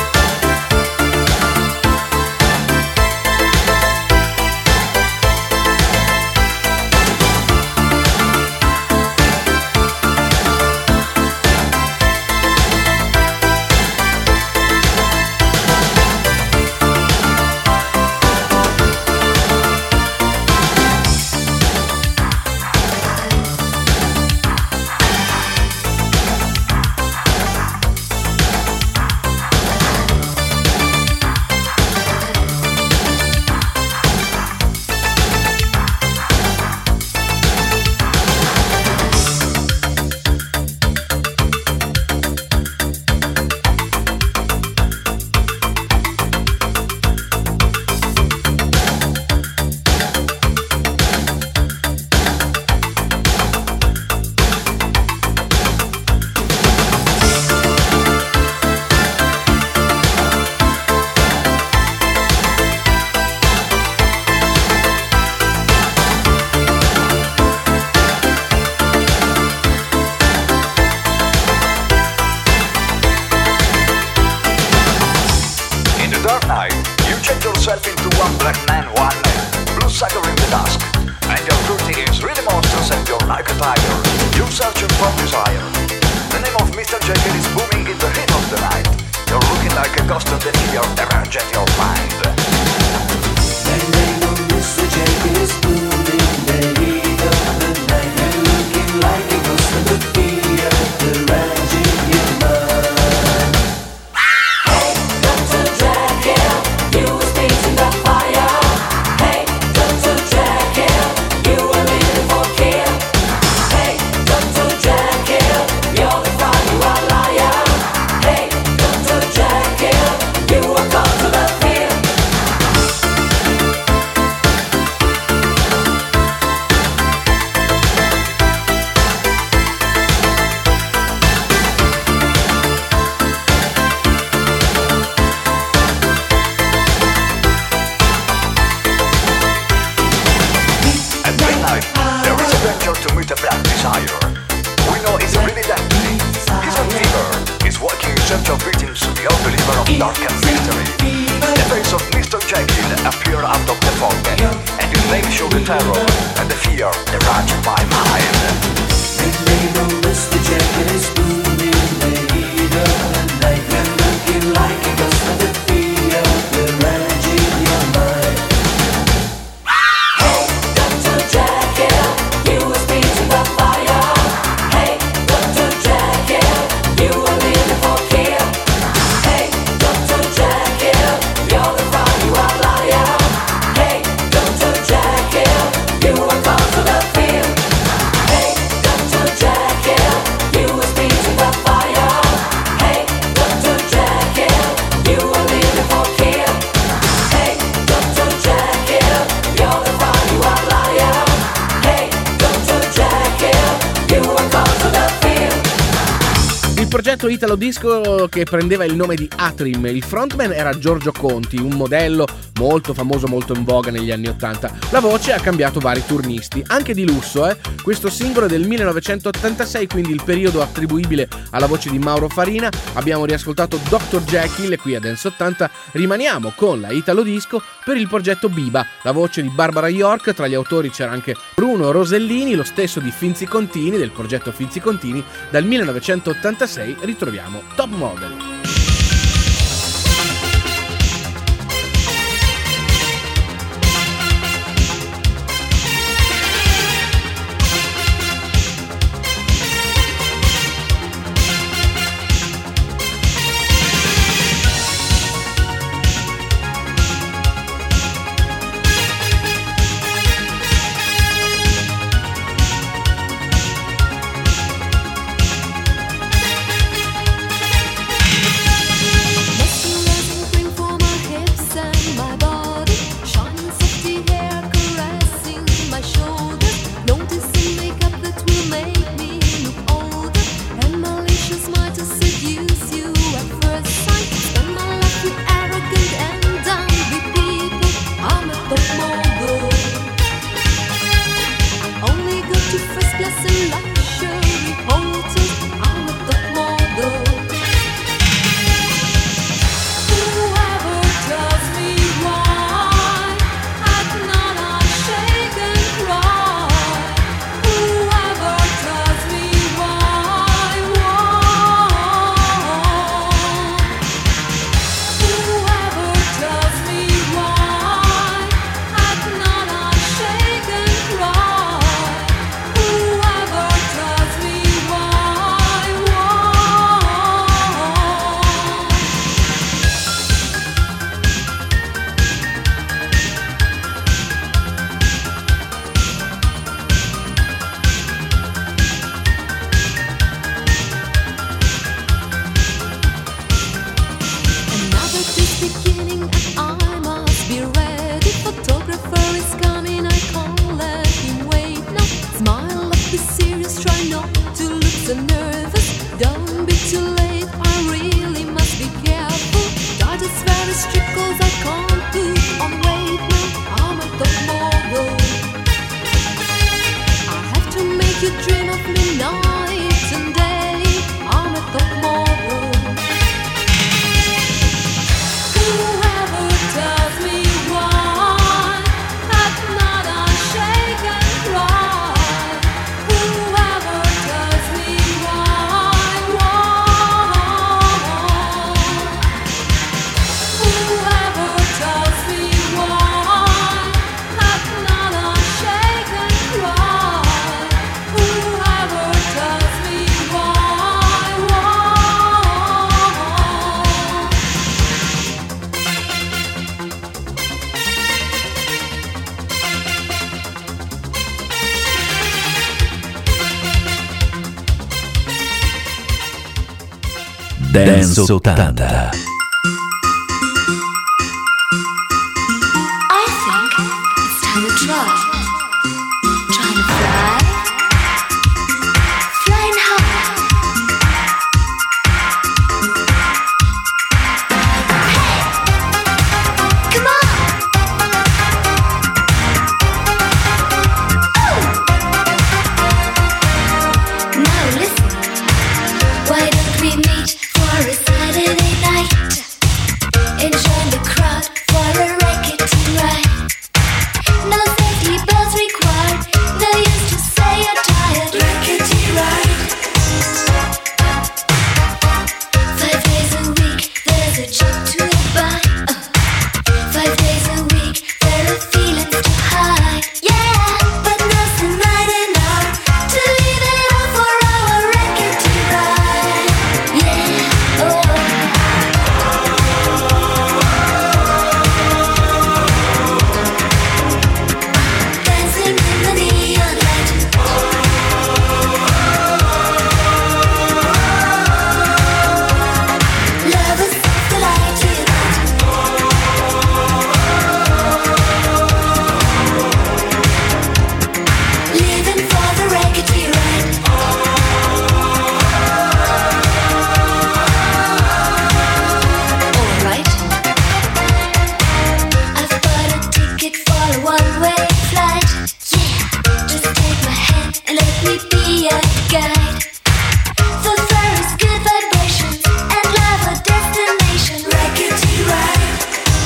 Oh Dark night, you change yourself into one black man, one man, blue sucker in the dusk. And your duty is really monsters and you're like a tiger. You're searching for desire. The name of Mister Jekyll is booming in the heat of the night. You're looking like a ghost of the fear, never jet your mind. The name of Mister Jekyll is booming in the heat of the night. You're looking like a ghost of the fear, the rage in your mind. Hey, Doctor Jekyll, you were spitting the fire. Hey, Doctor Jekyll, you were living for kill. Hey, Doctor Jekyll, you're the fraud, you are liar. Hey, Doctor Jekyll, you were called to the field. At midnight, there is a danger to meet a black desire. We know it's really deadly. He's a fever. He's walking in search of victims beyond the river of dark and mystery. The face of Mister Jekyll appeared out of the fog, and his name showed the terror and the fear that rage in my mind. The name of Mister Jekyll is booming in the heat of the night. You're looking like a ghost of the fear, the rage in your mind. Hey, Doctor Jekyll, you were spitting the fire. Hey, Doctor Jekyll, you were living for kill. Hey, Doctor Jekyll, you're the fraud, you are liar. Hey, Doctor Jekyll, you were called to the field. Hey, Doctor Jekyll, you were spitting the fire. Hey, Doctor Jekyll, you were living for kill. Hey, Doctor Jekyll, you're the fraud, you are liar. Hey, Doctor Jekyll, you were called to the field. Il progetto Italo Disco che prendeva il nome di Atrim, il frontman era Giorgio Conti, un modello molto famoso, molto in voga negli anni ottanta. La voce ha cambiato vari turnisti, anche di lusso, eh? Questo singolo è del millenovecentottantasei, quindi il periodo attribuibile alla voce di Mauro Farina. Abbiamo riascoltato doctor Jekyll e qui a Dance ottanta rimaniamo con la Italo Disco per il progetto Biba, la voce di Barbara York. Tra gli autori c'era anche Bruno Rosellini, lo stesso di Finzi Contini, del progetto Finzi Contini. Dal millenovecentottantasei ritroviamo Top Model. Whoever Dance ottanta. I think it's time to try. Trying to fly. Flying high. Hey! Come on! Ooh! Now listen. Why don't we meet for a Saturday night? And join the crowd for a rackety ride. No safety belts required. No use to say you're tired. Rackety ride. Five days a week, there's a job to buy. Uh, five days a week, there are feelings to hide. Yeah, but now's the night and hour to leave it all for our rackety ride. Yeah, oh. Dancing in the neon light. Love is the light you living for the rackety ride. Alright. I've bought a ticket for a one-way flight. Yeah, just take my hand and let me be your guide. The fare is good vibrations and love a destination. Rackety ride.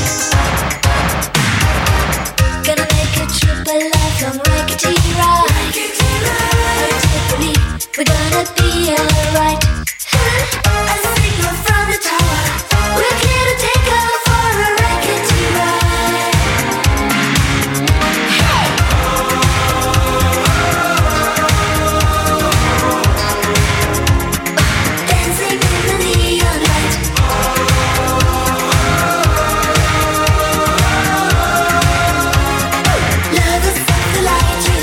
Gonna make a trip a lifelong rackety ride. Rackety ride. I take the lead, we're gonna be alright. A signal from the tower. We're clear to take off for a rackety ride. Hey! Dancing in the neon light. Love is the light you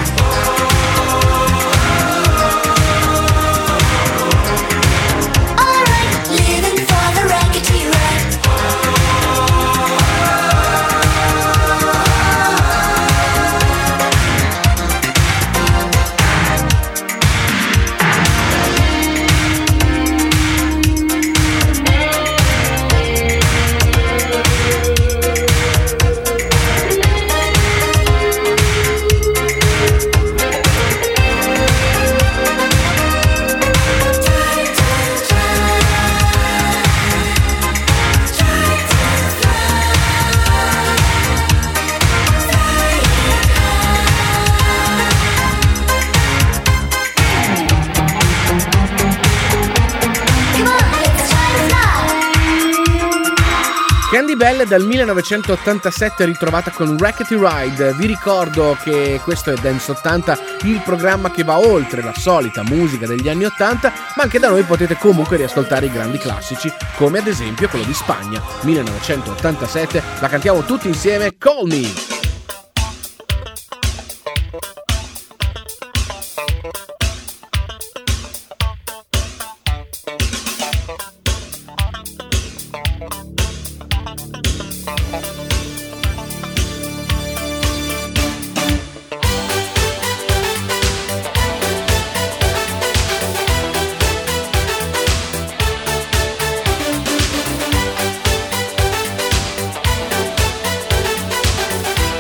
alright, living for the rackety ride. Come on, let's try to fly. Candy Bell dal millenovecentottantasette ritrovata con Rackety Ride. Vi ricordo che questo è Dance ottanta, il programma che va oltre la solita musica degli anni ottanta, ma anche da noi potete comunque riascoltare i grandi classici, come ad esempio quello di Spagna, millenovecentottantasette. La cantiamo tutti insieme, Call Me. Come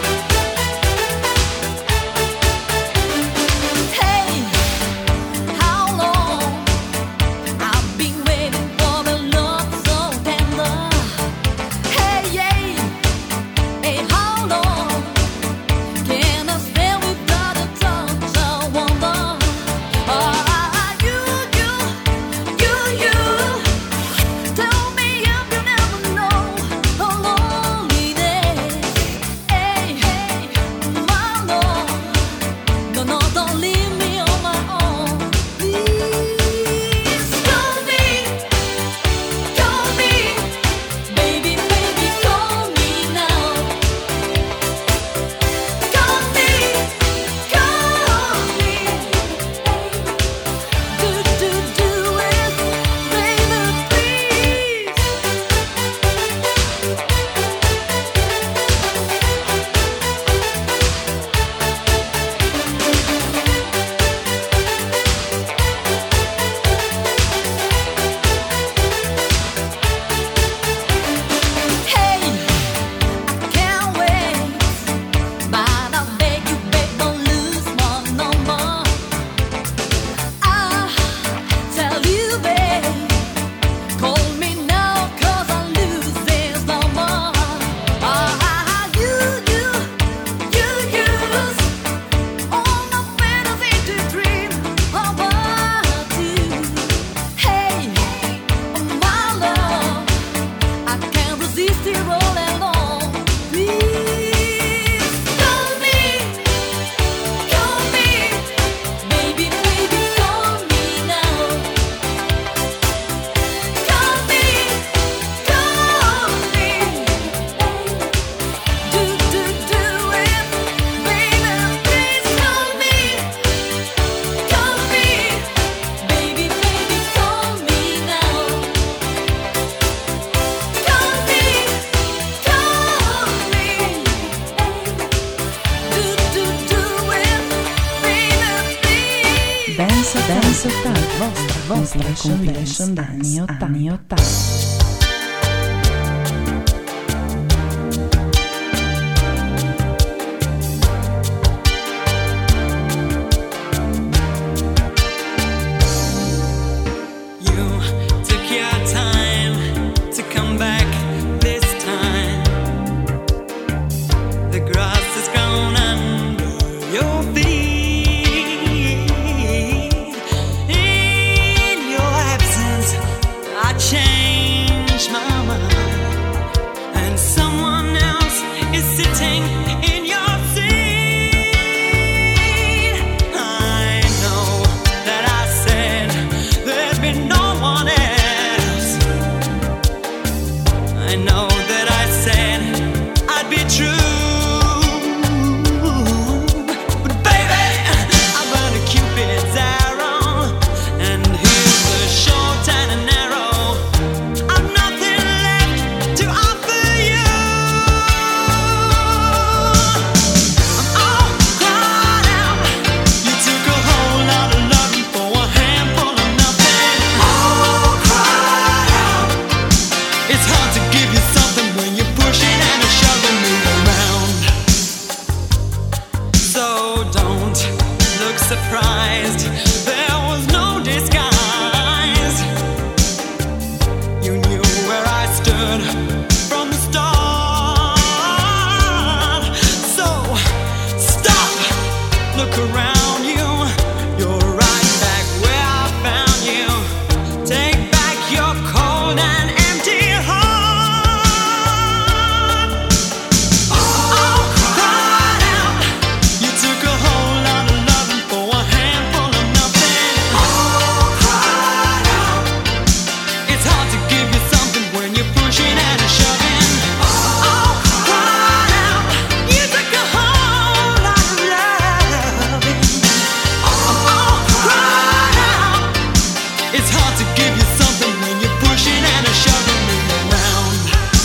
rolling on. Please call me, call me, baby, baby, call me now. Call me, call me, do do do it, baby. Please call me, call me, baby, baby, call me now. Call me, call me, do do do it, baby, please. Dance, Dance ottanta, vostra, vostra compilation anni ottanta. You took your time to come back this time. The grass is grown under your feet. In your absence, I changed my mind, and someone else is sitting in your seat. I know that I said there'd be no one else. I know that I said I'd be true. But baby, I burned a Cupid's arrow, and here's the short and a narrow. I've nothing left to offer you. I'm all cried out. You took a whole lot of loving for a handful of nothing. All cried out. It's hard to give you something when you're pushing and a shoving me around. So don't look surprised. There was no disguise. You knew where I stood from the start. So stop, look around you. You're right back where I found you. Take back your cold and empty heart. All cried out. You took a whole lot of loving for a handful of nothing. All cried out. It's hard to give you something when you're pushing and a shoving. All cried out. You took a whole lot of loving. All cried out. It's hard to give you something when you're pushing and a shoving me around.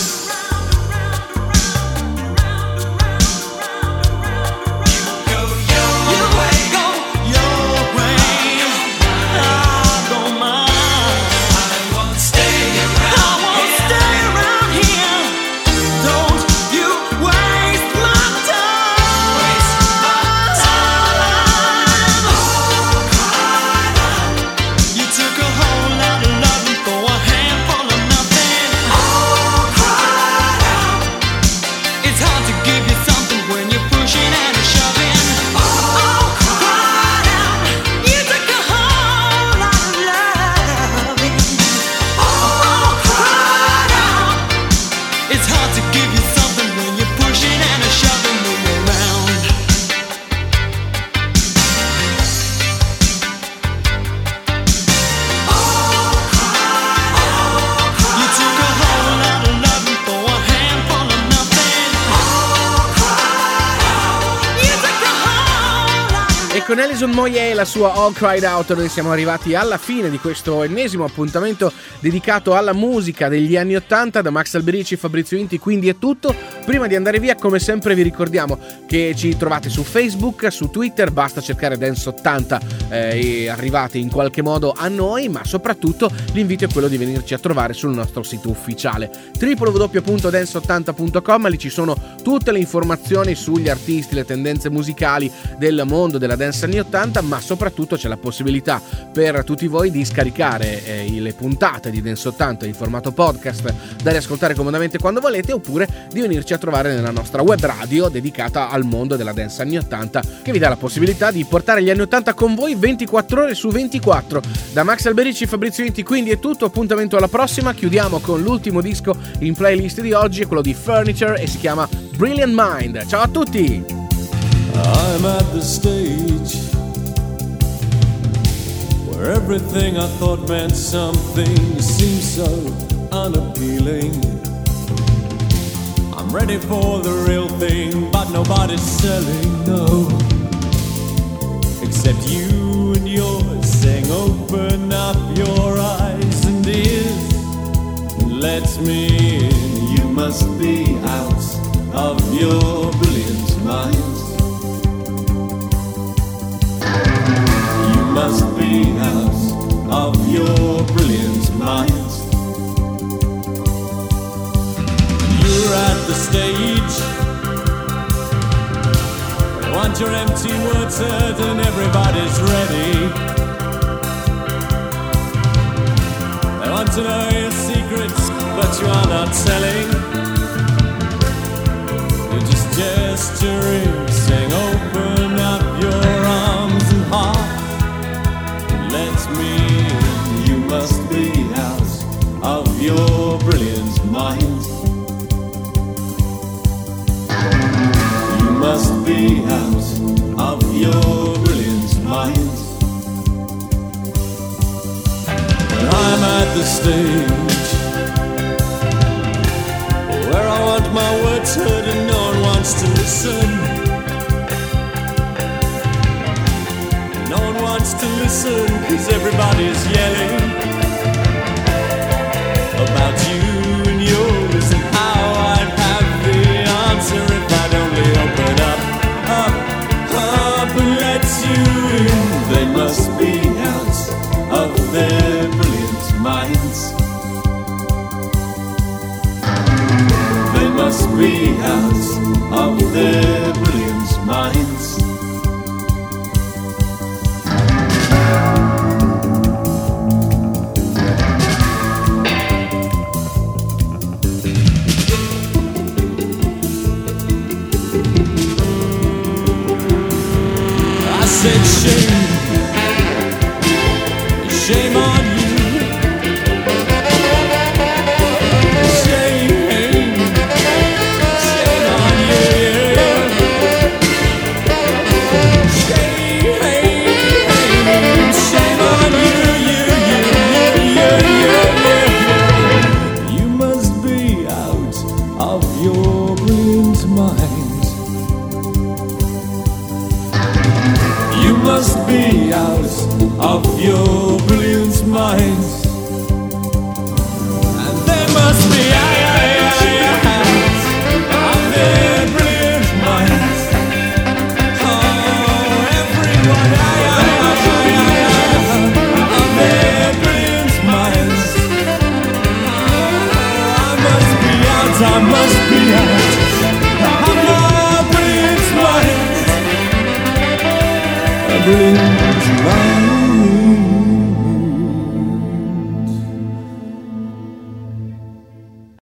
Go your way, go your way. I don't mind. I won't stay around. I won't stay around here. Don't you waste my time. Waste my time. All cried out. You took a whole lot of loving for a handful of nothing. All cried out. It's hard to give you something when you're pushing and a shoving. All cried out. You took a whole lot of loving. All cried out. It's hard to give you something when you're pushing and a shoving me around. You took a whole lot of loving for a handful of nothing. You took a whole lot of E con Alison Moyet e la sua All Cried Out noi siamo arrivati alla fine di questo ennesimo appuntamento dedicato alla musica degli anni ottanta da Max Alberici e Fabrizio Inti. Quindi è tutto. Prima di andare via, come sempre vi ricordiamo che ci trovate su Facebook, su Twitter, basta cercare Dance ottanta eh, e arrivate in qualche modo a noi, ma soprattutto l'invito è quello di venirci a trovare sul nostro sito ufficiale w w w punto dance ottanta punto com. Lì ci sono tutte le informazioni sugli artisti, le tendenze musicali del mondo della dance dance anni ottanta, ma soprattutto c'è la possibilità per tutti voi di scaricare eh, le puntate di Dance ottanta in formato podcast da riascoltare comodamente quando volete, oppure di venirci a trovare nella nostra web radio dedicata al mondo della dance anni ottanta, che vi dà la possibilità di portare gli anni ottanta con voi ventiquattro ore su ventiquattro. Da Max Alberici, Fabrizio Inti, quindi è tutto, appuntamento alla prossima. Chiudiamo con l'ultimo disco in playlist di oggi, è quello di Furniture e si chiama Brilliant Mind. Ciao a tutti! I'm at the stage where everything I thought meant something seems so unappealing. I'm ready for the real thing, but nobody's selling, no. Except you and yours saying open up your eyes and ears and let me in. You must be out of your brilliant mind. You must be out of your brilliant mind. You're at the stage, they want your empty words heard and everybody's ready. They want to know your secrets, but you are not telling. You're just gesturing, saying open up your arms and heart. Let me in. You must be out of your brilliant mind. You must be out of your brilliant mind. And I'm at the stage where I want my words heard and no one wants to listen. No one wants to listen, cause everybody's yelling about you and yours and how I'd have the answer if I'd only open up, up, up and let you in. They must be out of their brilliant minds. They must be out of their brilliant minds. Said shame, shame on you. Shame, shame on you. Shame, shame on you. You, you, you, you, you. You must be out of your brilliant mind. You must be out of your brilliant mind. And they must be out of their brilliant minds. Oh, everyone out of their brilliant minds. I must be out, I must be out of your brilliant minds. Brilliant mind.